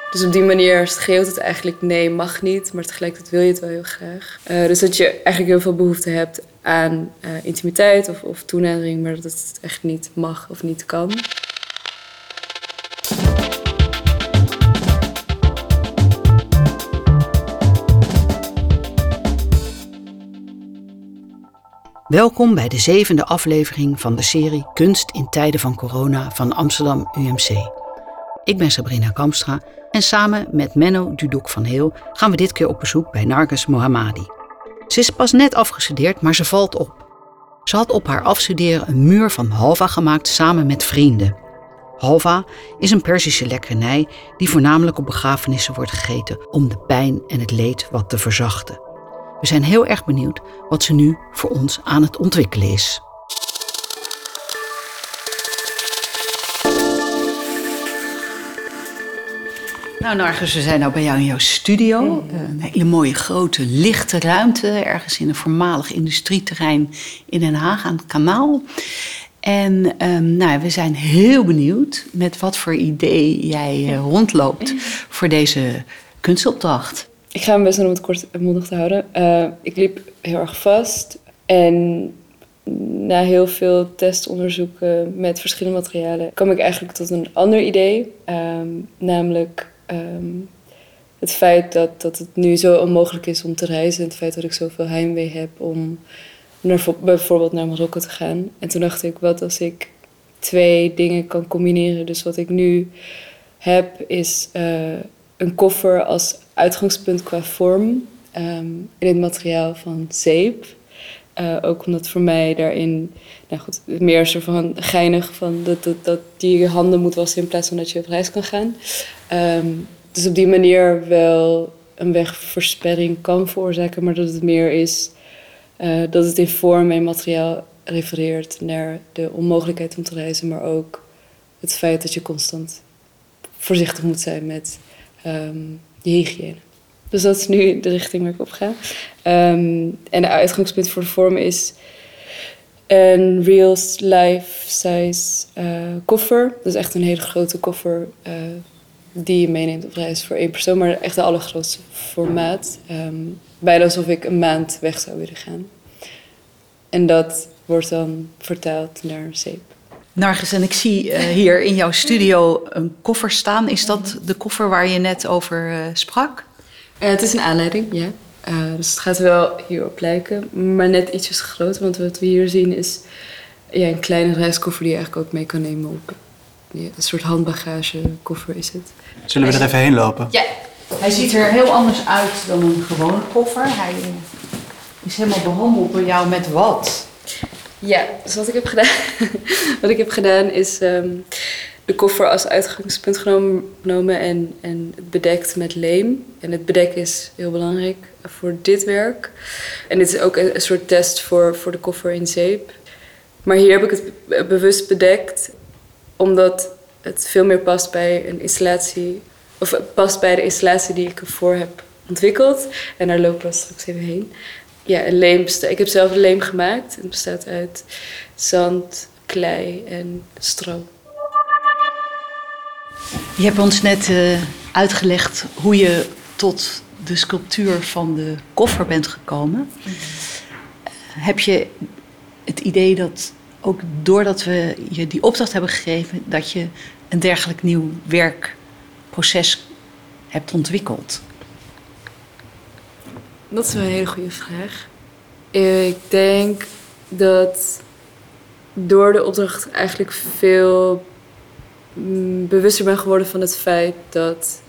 Dus op die manier schreeuwt het eigenlijk nee, mag niet, maar tegelijkertijd wil je het wel heel graag. Dus dat je eigenlijk heel veel behoefte hebt aan intimiteit of toenadering, maar dat het echt niet mag of niet kan. Welkom bij de 7e aflevering van de serie Kunst in tijden van corona van Amsterdam UMC. Ik ben Sabrina Kamstra en samen met Menno Dudok van Heel gaan we dit keer op bezoek bij Narges Mohammadi. Ze is pas net afgestudeerd, maar ze valt op. Ze had op haar afstuderen een muur van halva gemaakt samen met vrienden. Halva is een Perzische lekkernij die voornamelijk op begrafenissen wordt gegeten om de pijn en het leed wat te verzachten. We zijn heel erg benieuwd wat ze nu voor ons aan het ontwikkelen is. Nou Narges, we zijn nou bij jou in jouw studio. Een hele mooie grote lichte ruimte, ergens in een voormalig industrieterrein in Den Haag aan het Kanaal. En we zijn heel benieuwd met wat voor idee jij rondloopt voor deze kunstopdracht. Ik ga hem best doen om het kort en mondig te houden. Ik liep heel erg vast en na heel veel testonderzoeken met verschillende materialen kwam ik eigenlijk tot een ander idee. Namelijk het feit dat het nu zo onmogelijk is om te reizen. Het feit dat ik zoveel heimwee heb om bijvoorbeeld naar Marokko te gaan. En toen dacht ik, wat als ik 2 dingen kan combineren? Dus wat ik nu heb is een koffer als uitgangspunt qua vorm in het materiaal van zeep. Ook omdat voor mij daarin meer een soort van geinig van dat je je handen moet wassen in plaats van dat je op reis kan gaan. Dus op die manier wel een wegversperring kan veroorzaken, maar dat het meer is dat het in vorm en materiaal refereert naar de onmogelijkheid om te reizen, maar ook het feit dat je constant voorzichtig moet zijn met je hygiëne. Dus dat is nu de richting waar ik op ga. En de uitgangspunt voor de vorm is een real life-size koffer. Dat is echt een hele grote koffer die je meeneemt op reis voor 1 persoon. Maar echt de allergrootste formaat. Bijna alsof ik een maand weg zou willen gaan. En dat wordt dan vertaald naar zeep. Narges, en ik zie hier in jouw studio een koffer staan. Is dat de koffer waar je net over sprak? Het is een aanleiding, ja. Dus het gaat wel hierop lijken, maar net ietsjes groter. Want wat we hier zien is een kleine reiskoffer die je eigenlijk ook mee kan nemen op. Een soort handbagagekoffer is het. Zullen we er even heen lopen? Ja. Hij ziet er heel anders uit dan een gewone koffer. Hij is helemaal behandeld door jou met wat? Ja, dus wat ik heb gedaan is de koffer als uitgangspunt genomen en het bedekt met leem. En het bedek is heel belangrijk voor dit werk. En dit is ook een soort test voor de koffer in zeep. Maar hier heb ik het bewust bedekt, omdat het veel meer past bij een installatie, of het past bij de installatie die ik ervoor heb ontwikkeld. En daar lopen we straks even heen. Ja, ik heb zelf een leem gemaakt. Het bestaat uit zand, klei en stro. Je hebt ons net uitgelegd hoe je tot de sculptuur van de koffer bent gekomen. Heb je het idee dat ook doordat we je die opdracht hebben gegeven, dat je een dergelijk nieuw werkproces hebt ontwikkeld? Dat is wel een hele goede vraag. Ik denk dat door de opdracht eigenlijk veel bewuster ben geworden van het feit dat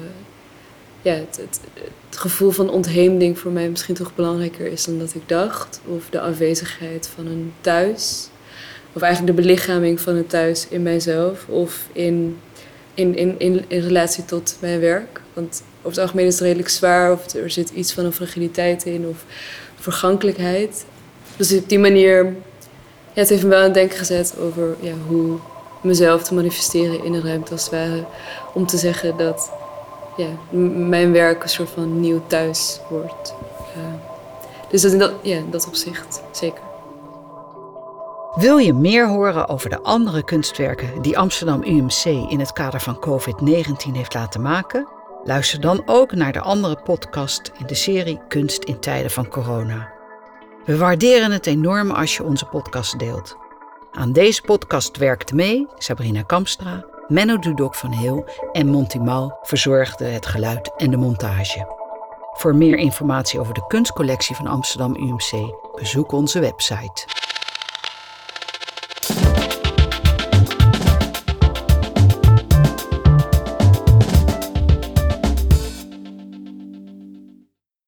het gevoel van ontheemding voor mij misschien toch belangrijker is dan dat ik dacht. Of de aanwezigheid van een thuis. Of eigenlijk de belichaming van een thuis in mijzelf. Of in relatie tot mijn werk. Want over het algemeen is het redelijk zwaar. Of er zit iets van een fragiliteit in. Of vergankelijkheid. Dus op die manier, het heeft me wel aan het denken gezet over hoe mezelf te manifesteren in een ruimte als het ware. Om te zeggen dat mijn werk een soort van nieuw thuis wordt. Dus dat in dat opzicht, zeker. Wil je meer horen over de andere kunstwerken die Amsterdam UMC in het kader van COVID-19 heeft laten maken? Luister dan ook naar de andere podcast in de serie Kunst in tijden van corona. We waarderen het enorm als je onze podcast deelt. Aan deze podcast werkte mee Sabrina Kamstra, Menno Dudok van Heel en Monty Mau verzorgden het geluid en de montage. Voor meer informatie over de kunstcollectie van Amsterdam UMC bezoek onze website.